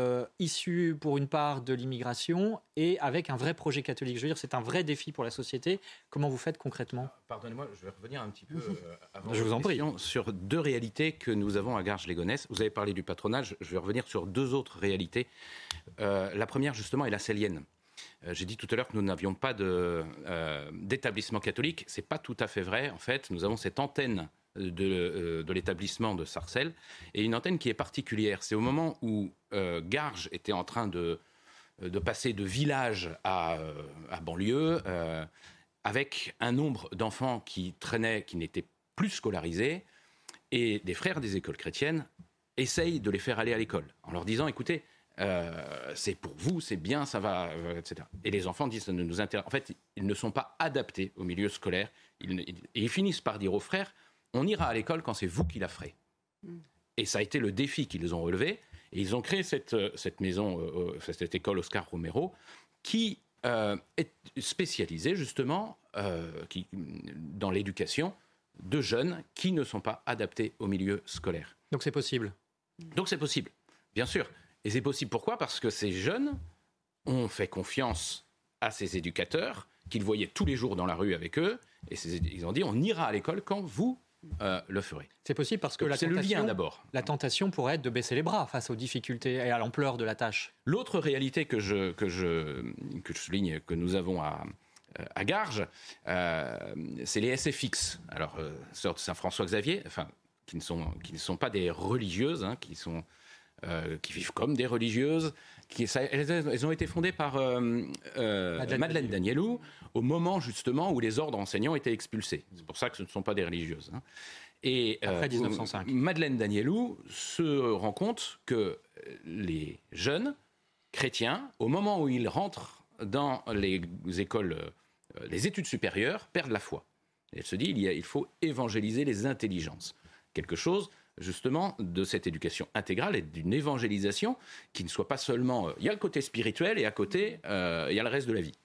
issu pour une part de l'immigration et avec un vrai projet catholique ? Je veux dire, c'est un vrai défi pour la société. Comment vous faites concrètement ? Pardonnez-moi, je vais revenir un petit peu avant je vous en prie. Sur 2 réalités que nous avons à Garges-les-Gonesse. Vous avez parlé du patronage, je vais revenir sur 2 autres réalités. La première, justement, est la Célienne. J'ai dit tout à l'heure que nous n'avions pas d'établissement catholique. Ce n'est pas tout à fait vrai. En fait, nous avons cette antenne de l'établissement de Sarcelles, et une antenne qui est particulière. C'est au moment où Garges était en train de passer de village à banlieue, avec un nombre d'enfants qui traînaient, qui n'étaient plus scolarisés, et des frères des écoles chrétiennes essayent de les faire aller à l'école, en leur disant, écoutez, c'est pour vous, c'est bien, ça va, etc. Et les enfants disent, ça ne nous intéresse. En fait, ils ne sont pas adaptés au milieu scolaire, et ils finissent par dire aux frères, on ira à l'école quand c'est vous qui la ferez. Et ça a été le défi qu'ils ont relevé. Et ils ont créé cette maison, cette école Oscar Romero, qui est spécialisée justement dans l'éducation de jeunes qui ne sont pas adaptés au milieu scolaire. Donc c'est possible ? Donc c'est possible, bien sûr. Et c'est possible pourquoi ? Parce que ces jeunes ont fait confiance à ces éducateurs qu'ils voyaient tous les jours dans la rue avec eux. Et ils ont dit, on ira à l'école quand vous le ferez. C'est possible parce que c'est le lien d'abord. La tentation pourrait être de baisser les bras face aux difficultés et à l'ampleur de la tâche. L'autre réalité que je souligne, que nous avons à Garges, c'est les SFX. Alors, sœurs de Saint-François-Xavier, enfin, qui ne sont pas des religieuses, qui vivent comme des religieuses. Elles ont été fondées par Madeleine Danielou au moment justement où les ordres enseignants étaient expulsés. C'est pour ça que ce ne sont pas des religieuses. Et après 1905. Madeleine Danielou se rend compte que les jeunes chrétiens, au moment où ils rentrent dans les écoles, les études supérieures, perdent la foi. Et elle se dit, il faut évangéliser les intelligences. Quelque chose justement de cette éducation intégrale et d'une évangélisation qui ne soit pas seulement... Il y a le côté spirituel et à côté, il y a le reste de la vie.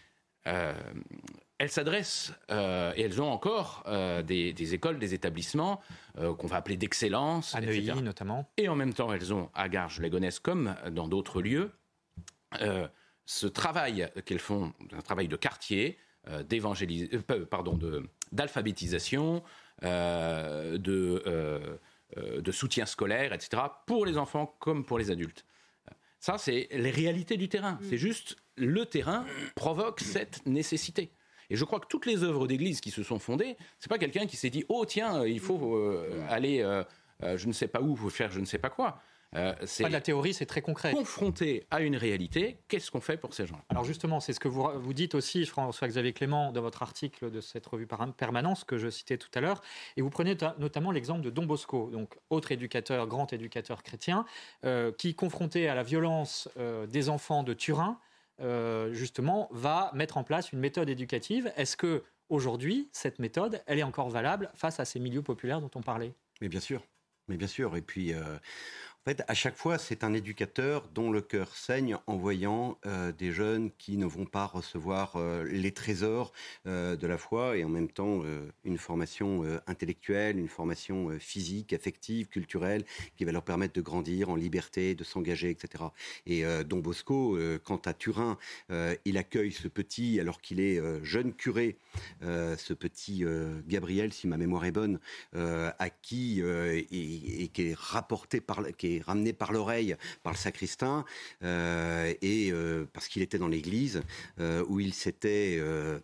Elles s'adressent, et elles ont encore des écoles, des établissements qu'on va appeler d'excellence, à Neuilly notamment. Et en même temps, elles ont à Garges-les-Gonesse, comme dans d'autres lieux, ce travail qu'elles font, un travail de quartier, d'alphabétisation, de soutien scolaire, etc., pour les enfants comme pour les adultes. Ça, c'est les réalités du terrain. C'est juste, le terrain provoque cette nécessité. Et je crois que toutes les œuvres d'église qui se sont fondées, c'est pas quelqu'un qui s'est dit « Oh tiens, il faut aller je ne sais pas où, il faut faire je ne sais pas quoi ». C'est pas de la théorie, c'est très concret. Confronté à une réalité, qu'est-ce qu'on fait pour ces gens ? Alors justement, c'est ce que vous dites aussi, François-Xavier Clément, dans votre article de cette revue Permanence que je citais tout à l'heure, et vous prenez notamment l'exemple de Don Bosco, donc autre éducateur, grand éducateur chrétien, qui, confronté à la violence des enfants de Turin, justement, va mettre en place une méthode éducative. Est-ce que aujourd'hui, cette méthode, elle est encore valable face à ces milieux populaires dont on parlait ? Mais bien sûr. Et puis, en fait, à chaque fois, c'est un éducateur dont le cœur saigne en voyant des jeunes qui ne vont pas recevoir les trésors de la foi et en même temps une formation intellectuelle, une formation physique, affective, culturelle, qui va leur permettre de grandir en liberté, de s'engager, etc. Et Don Bosco, quant à Turin, il accueille ce petit, alors qu'il est jeune curé, ce petit Gabriel, si ma mémoire est bonne, à qui et qui est rapporté qui est ramené par l'oreille par le sacristain parce qu'il était dans l'église où il s'était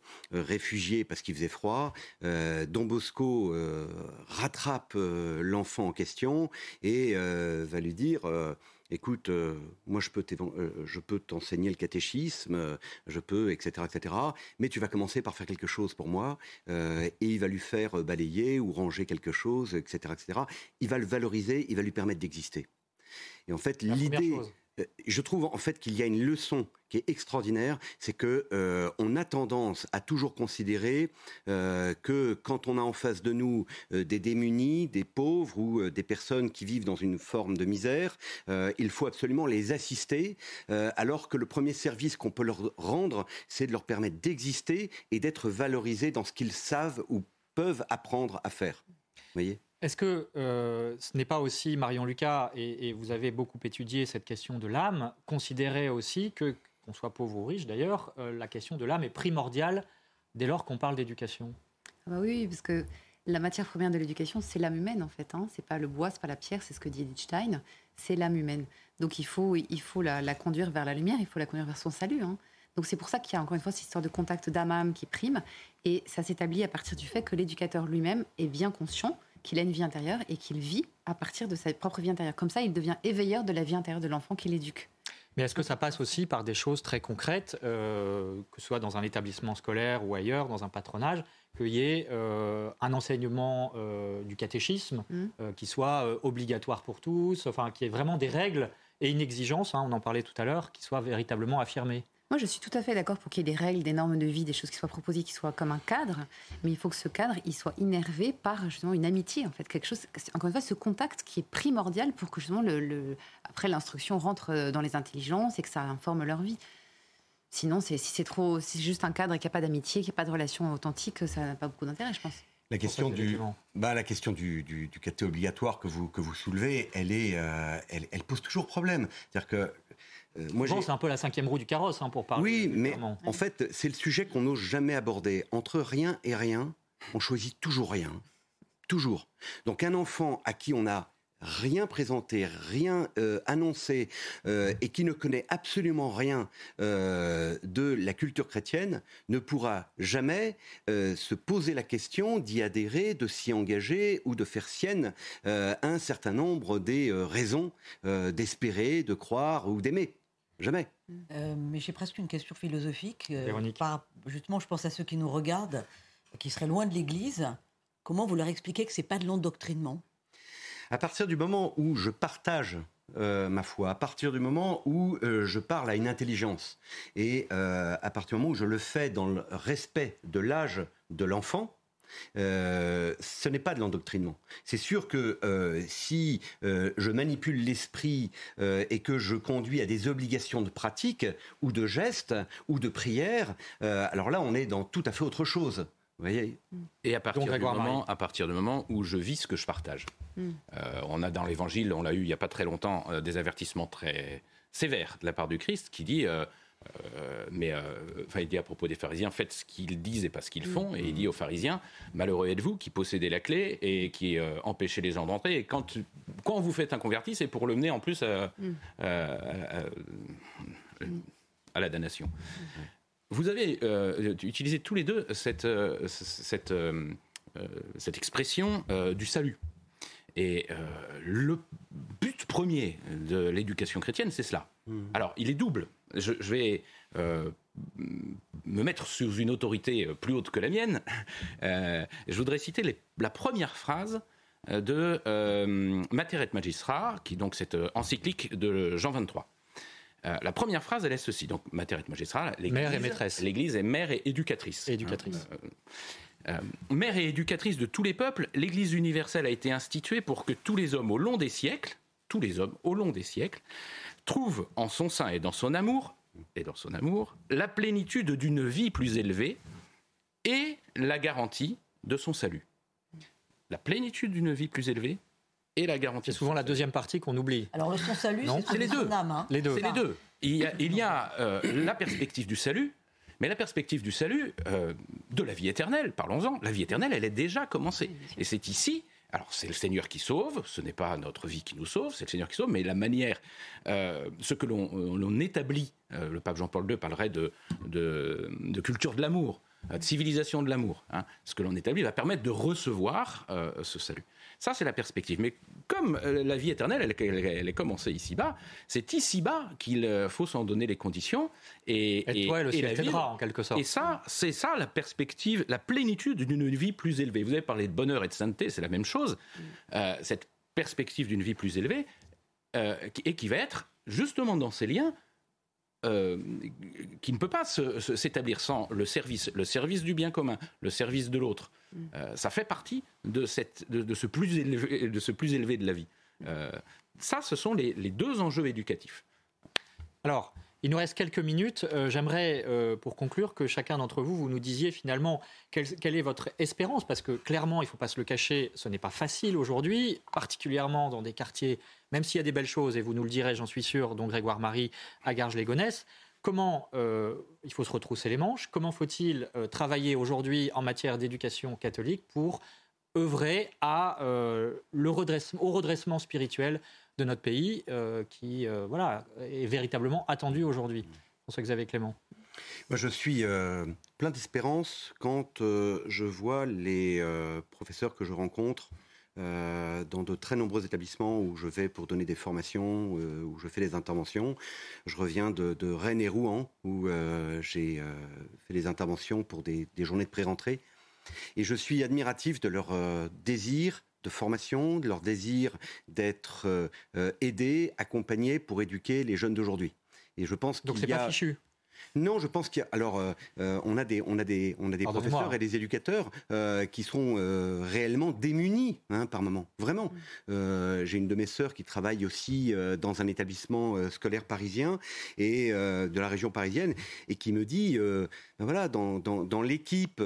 réfugié parce qu'il faisait froid. Don Bosco rattrape l'enfant en question et va lui dire écoute, moi je peux t'enseigner le catéchisme, je peux, etc., mais tu vas commencer par faire quelque chose pour moi, et il va lui faire balayer ou ranger quelque chose, etc., etc. Il va le valoriser, il va lui permettre d'exister. Et en fait, l'idée, je trouve en fait qu'il y a une leçon qui est extraordinaire, c'est que on a tendance à toujours considérer que quand on a en face de nous des démunis, des pauvres ou des personnes qui vivent dans une forme de misère, il faut absolument les assister, alors que le premier service qu'on peut leur rendre, c'est de leur permettre d'exister et d'être valorisés dans ce qu'ils savent ou peuvent apprendre à faire. Vous voyez ? Est-ce que ce n'est pas aussi, Marion Lucas, et vous avez beaucoup étudié cette question de l'âme, considérer aussi qu'on soit pauvre ou riche d'ailleurs, la question de l'âme est primordiale dès lors qu'on parle d'éducation ? Oui, parce que la matière première de l'éducation, c'est l'âme humaine en fait. C'est pas le bois, c'est pas la pierre, c'est ce que dit Edith Stein, c'est l'âme humaine. Donc il faut la conduire vers la lumière, il faut la conduire vers son salut. Donc c'est pour ça qu'il y a encore une fois cette histoire de contact d'âme à âme qui prime, et ça s'établit à partir du fait que l'éducateur lui-même est bien conscient qu'il a une vie intérieure et qu'il vit à partir de sa propre vie intérieure. Comme ça, il devient éveilleur de la vie intérieure de l'enfant qu'il éduque. Mais est-ce que ça passe aussi par des choses très concrètes, que ce soit dans un établissement scolaire ou ailleurs, dans un patronage, qu'il y ait un enseignement du catéchisme qui soit obligatoire pour tous, enfin, qu'il y ait vraiment des règles et une exigence, on en parlait tout à l'heure, qui soient véritablement affirmées ? Moi, je suis tout à fait d'accord pour qu'il y ait des règles, des normes de vie, des choses qui soient proposées, qui soient comme un cadre. Mais il faut que ce cadre, il soit innervé par justement une amitié, en fait, quelque chose. Encore une fois, ce contact qui est primordial pour que justement après l'instruction rentre dans les intelligences et que ça informe leur vie. Sinon, si c'est juste un cadre et qu'il n'y a pas d'amitié, qu'il n'y a pas de relation authentique, ça n'a pas beaucoup d'intérêt, je pense. La question du caté obligatoire que vous soulevez, elle pose toujours problème. C'est-à-dire que c'est un peu la cinquième roue du carrosse, pour parler. Oui, mais en fait, c'est le sujet qu'on n'ose jamais aborder. Entre rien et rien, on choisit toujours rien. Toujours. Donc un enfant à qui on n'a rien présenté, rien annoncé, et qui ne connaît absolument rien de la culture chrétienne, ne pourra jamais se poser la question d'y adhérer, de s'y engager ou de faire sienne un certain nombre des raisons d'espérer, de croire ou d'aimer. Jamais. Mais j'ai presque une question philosophique. Véronique. Justement, je pense à ceux qui nous regardent, qui seraient loin de l'Église. Comment vous leur expliquez que ce n'est pas de l'endoctrinement ? À partir du moment où je partage ma foi, à partir du moment où je parle à une intelligence, et à partir du moment où je le fais dans le respect de l'âge de l'enfant, ce n'est pas de l'endoctrinement. C'est sûr que si je manipule l'esprit et que je conduis à des obligations de pratique ou de gestes ou de prière, alors là on est dans tout à fait autre chose. Vous voyez ? Et à partir du moment où je vis ce que je partage. On a dans l'Évangile, on l'a eu il n'y a pas très longtemps, des avertissements très sévères de la part du Christ qui dit il dit à propos des pharisiens, faites ce qu'ils disent et pas ce qu'ils font. Et il dit aux pharisiens, malheureux êtes-vous qui possédez la clé et qui empêchez les gens d'entrer. Et quand vous faites un converti, c'est pour le mener en plus à la damnation. Vous avez utilisé tous les deux cette expression du salut. Et le but premier de l'éducation chrétienne, c'est cela. Alors, il est double. Je vais me mettre sous une autorité plus haute que la mienne. Je voudrais citer la première phrase de Mater et Magistra, qui est donc cette encyclique de Jean 23. La première phrase, elle est ceci. Donc, Mater et Magistra, mère et maîtresse. L'Église est mère et éducatrice. Mère et éducatrice de tous les peuples, l'Église universelle a été instituée pour que tous les hommes au long des siècles, trouvent en son sein et dans son amour, la plénitude d'une vie plus élevée et la garantie de son salut. La plénitude d'une vie plus élevée et la garantie. C'est souvent la deuxième partie qu'on oublie. Alors son salut, c'est les deux. Les deux. C'est les deux. Il y a la perspective du salut. Mais la perspective du salut, de la vie éternelle, parlons-en, la vie éternelle, elle est déjà commencée. Et c'est ici, alors c'est le Seigneur qui sauve, ce n'est pas notre vie qui nous sauve, c'est le Seigneur qui sauve, mais la manière, ce que l'on établit, le pape Jean-Paul II parlerait de culture de l'amour, de civilisation de l'amour. Ce que l'on établit va permettre de recevoir ce salut. Ça, c'est la perspective. Mais comme la vie éternelle, elle est commencée ici-bas, c'est ici-bas qu'il faut s'en donner les conditions et la vivre, en quelque sorte. Et ça, c'est ça la perspective, la plénitude d'une vie plus élevée. Vous avez parlé de bonheur et de sainteté, c'est la même chose. Cette perspective d'une vie plus élevée, et qui va être justement dans ces liens, qui ne peut pas s'établir sans le service du bien commun, le service de l'autre. Ça fait partie de ce plus élevé de la vie. Ça, ce sont les deux enjeux éducatifs. Alors, il nous reste quelques minutes. J'aimerais, pour conclure, que chacun d'entre vous, vous nous disiez finalement quelle est votre espérance, parce que clairement, il ne faut pas se le cacher, ce n'est pas facile aujourd'hui, particulièrement dans des quartiers, même s'il y a des belles choses, et vous nous le direz, j'en suis sûr, dont Grégoire Marie à Garges-les-Gonesse. Comment il faut se retrousser les manches? Comment faut-il travailler aujourd'hui en matière d'éducation catholique pour œuvrer au redressement spirituel de notre pays qui est véritablement attendu aujourd'hui? François-Xavier Clément. Moi, je suis plein d'espérance quand je vois les professeurs que je rencontre dans de très nombreux établissements où je vais pour donner des formations, où je fais des interventions. Je reviens de Rennes et Rouen, où j'ai fait des interventions pour des journées de pré-rentrée. Et je suis admiratif de leur désir de formation, de leur désir d'être aidés, accompagnés pour éduquer les jeunes d'aujourd'hui. Et je pense donc c'est pas fichu. Non, je pense qu'il y a. Alors, on a des professeurs et des éducateurs qui sont réellement démunis par moment. Vraiment. J'ai une de mes sœurs qui travaille aussi dans un établissement scolaire parisien et de la région parisienne et qui me dit dans l'équipe,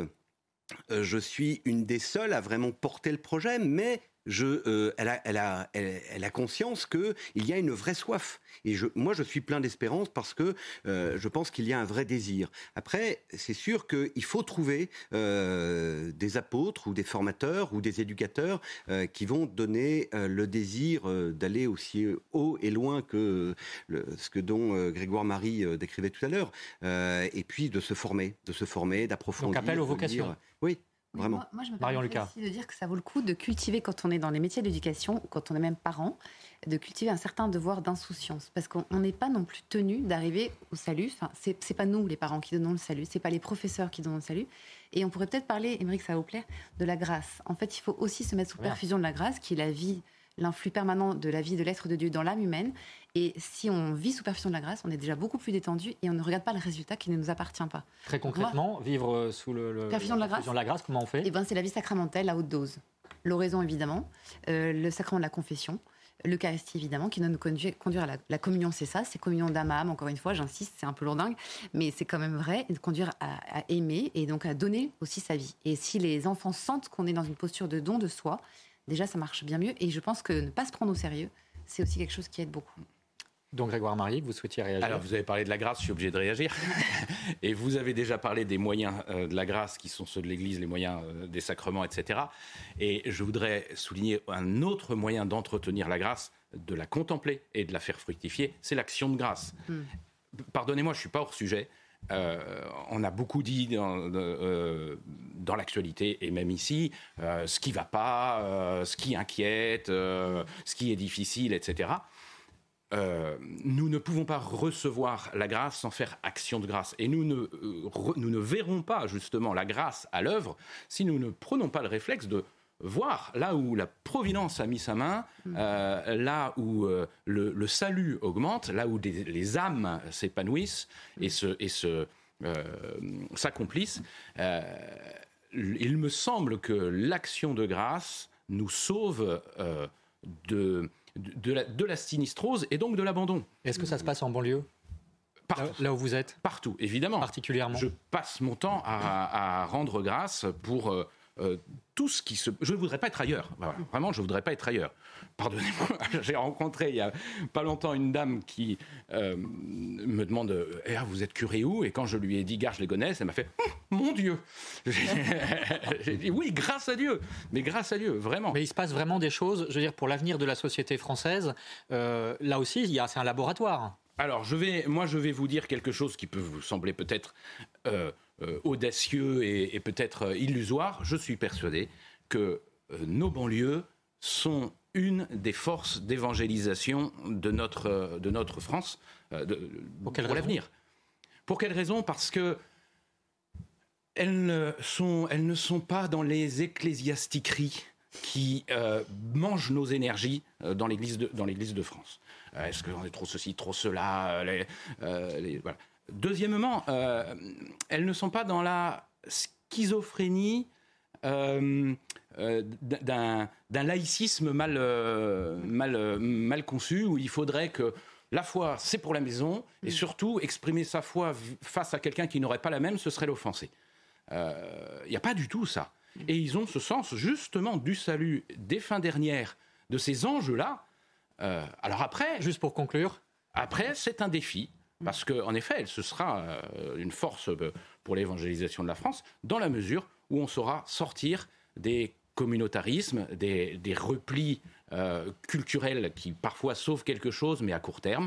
je suis une des seules à vraiment porter le projet, mais elle a conscience qu'il y a une vraie soif. Et moi, je suis plein d'espérance parce que je pense qu'il y a un vrai désir. Après, c'est sûr qu'il faut trouver des apôtres ou des formateurs ou des éducateurs qui vont donner le désir d'aller aussi haut et loin que ce dont Grégoire Marie décrivait tout à l'heure. Et puis de se former, d'approfondir. Donc appel aux vocations. Oui. Vraiment. Moi, je me permets aussi de dire que ça vaut le coup de cultiver, quand on est dans les métiers de l'éducation, quand on est même parent, de cultiver un certain devoir d'insouciance. Parce qu'on n'est pas non plus tenu d'arriver au salut. Enfin, c'est pas nous, les parents, qui donnons le salut. C'est pas les professeurs qui donnent le salut. Et on pourrait peut-être parler, Émeric, ça va vous plaire, de la grâce. En fait, il faut aussi se mettre sous perfusion de la grâce, qui est la vie, l'influx permanent de la vie de l'être de Dieu dans l'âme humaine. Et si on vit sous perfusion de la grâce, on est déjà beaucoup plus détendu et on ne regarde pas le résultat qui ne nous appartient pas. Très concrètement, vivre sous perfusion de la grâce, comment on fait? C'est la vie sacramentelle à haute dose. L'oraison, évidemment, le sacrement de la confession, l'Eucharistie, évidemment, qui doit nous conduire à la communion, c'est ça, c'est communion d'âme à âme, encore une fois, j'insiste, c'est un peu lourdingue, mais c'est quand même vrai, et de conduire à aimer et donc à donner aussi sa vie. Et si les enfants sentent qu'on est dans une posture de don de soi, déjà ça marche bien mieux, et je pense que ne pas se prendre au sérieux, c'est aussi quelque chose qui aide beaucoup. Donc Grégoire Marie, vous souhaitiez réagir? Alors vous avez parlé de la grâce, je suis obligé de réagir. Et vous avez déjà parlé des moyens de la grâce qui sont ceux de l'Église, les moyens des sacrements, etc. Et je voudrais souligner un autre moyen d'entretenir la grâce, de la contempler et de la faire fructifier, c'est l'action de grâce. Pardonnez-moi, je ne suis pas hors sujet. On a beaucoup dit dans l'actualité et même ici ce qui ne va pas, ce qui inquiète, ce qui est difficile, etc. Nous ne pouvons pas recevoir la grâce sans faire action de grâce. Et nous ne verrons pas justement la grâce à l'œuvre si nous ne prenons pas le réflexe de voir là où la Providence a mis sa main, là où le salut augmente, là où les âmes s'épanouissent et s'accomplissent. Il me semble que l'action de grâce nous sauve de la sinistrose et donc de l'abandon. Est-ce que ça se passe en banlieue ? Partout. Là où vous êtes ? Partout, évidemment. Particulièrement. Je passe mon temps à rendre grâce pour tout ce qui se... Je ne voudrais pas être ailleurs. Voilà. Vraiment, je ne voudrais pas être ailleurs. Pardonnez-moi, j'ai rencontré il n'y a pas longtemps une dame qui me demande « vous êtes curé où ?» Et quand je lui ai dit « Garges-les-Gonesse », elle m'a fait « Mon Dieu !» J'ai dit « Oui, grâce à Dieu !» Mais grâce à Dieu, vraiment. Mais il se passe vraiment des choses, je veux dire, pour l'avenir de la société française. Là aussi, c'est un laboratoire. Alors, je vais vous dire quelque chose qui peut vous sembler peut-être audacieux et peut-être illusoire. Je suis persuadé que nos banlieues sont une des forces d'évangélisation de notre France pour l'avenir. Pour quelle raison ? Parce que elles ne sont pas dans les ecclésiastiqueries qui mangent nos énergies dans l'Église de France. Est-ce qu'on est trop ceci, trop cela voilà. Deuxièmement, elles ne sont pas dans la schizophrénie d'un laïcisme mal conçu, où il faudrait que la foi, c'est pour la maison, et surtout, exprimer sa foi face à quelqu'un qui n'aurait pas la même, ce serait l'offenser. Il n'y a pas du tout ça. Et ils ont ce sens, justement, du salut des fins dernières, de ces enjeux-là. Alors après... Juste pour conclure. Après, c'est un défi. Parce qu'en effet, ce sera une force pour l'évangélisation de la France, dans la mesure où on saura sortir des communautarismes, des replis culturels qui parfois sauvent quelque chose, mais à court terme,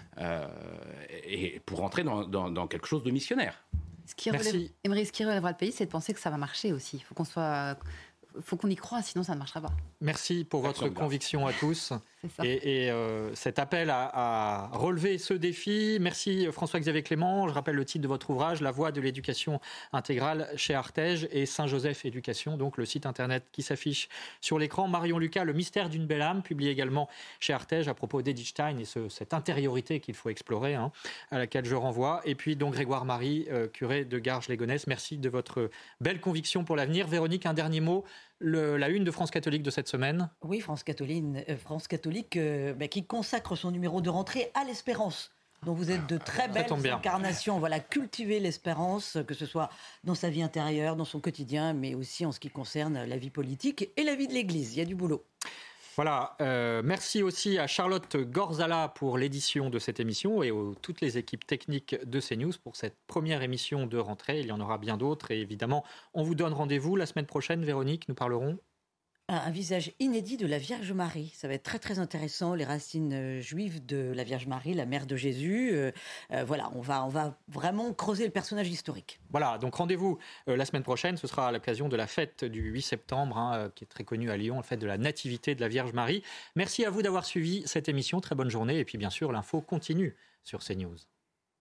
et pour entrer dans quelque chose de missionnaire. Ce qui relèvera le pays, c'est de penser que ça va marcher aussi. Il faut qu'on y croie, sinon ça ne marchera pas. Merci pour votre conviction à tous et cet appel à relever ce défi. Merci François-Xavier Clément. Je rappelle le titre de votre ouvrage, La voie de l'éducation intégrale chez Artege et Saint-Joseph Éducation, donc le site internet qui s'affiche sur l'écran. Marion Lucas, Le mystère d'une belle âme, publié également chez Artege à propos d'Edith Stein et cette intériorité qu'il faut explorer, à laquelle je renvoie. Et puis donc Grégoire Marie, curé de Garges-les-Gonesse. Merci de votre belle conviction pour l'avenir. Véronique, un dernier mot. La une de France Catholique de cette semaine. Oui, France Catholique qui consacre son numéro de rentrée à l'espérance. dont vous êtes de très belles incarnations. Voilà, cultiver l'espérance, que ce soit dans sa vie intérieure, dans son quotidien, mais aussi en ce qui concerne la vie politique et la vie de l'Église. Il y a du boulot. Voilà, merci aussi à Charlotte Gorzala pour l'édition de cette émission et à toutes les équipes techniques de CNews pour cette première émission de rentrée. Il y en aura bien d'autres et évidemment, on vous donne rendez-vous la semaine prochaine. Véronique, nous parlerons un visage inédit de la Vierge Marie. Ça va être très très intéressant, les racines juives de la Vierge Marie, la mère de Jésus. Voilà, on va vraiment creuser le personnage historique. Voilà, donc rendez-vous la semaine prochaine. Ce sera à l'occasion de la fête du 8 septembre, qui est très connue à Lyon, la fête de la Nativité de la Vierge Marie. Merci à vous d'avoir suivi cette émission. Très bonne journée. Et puis bien sûr, l'info continue sur CNews.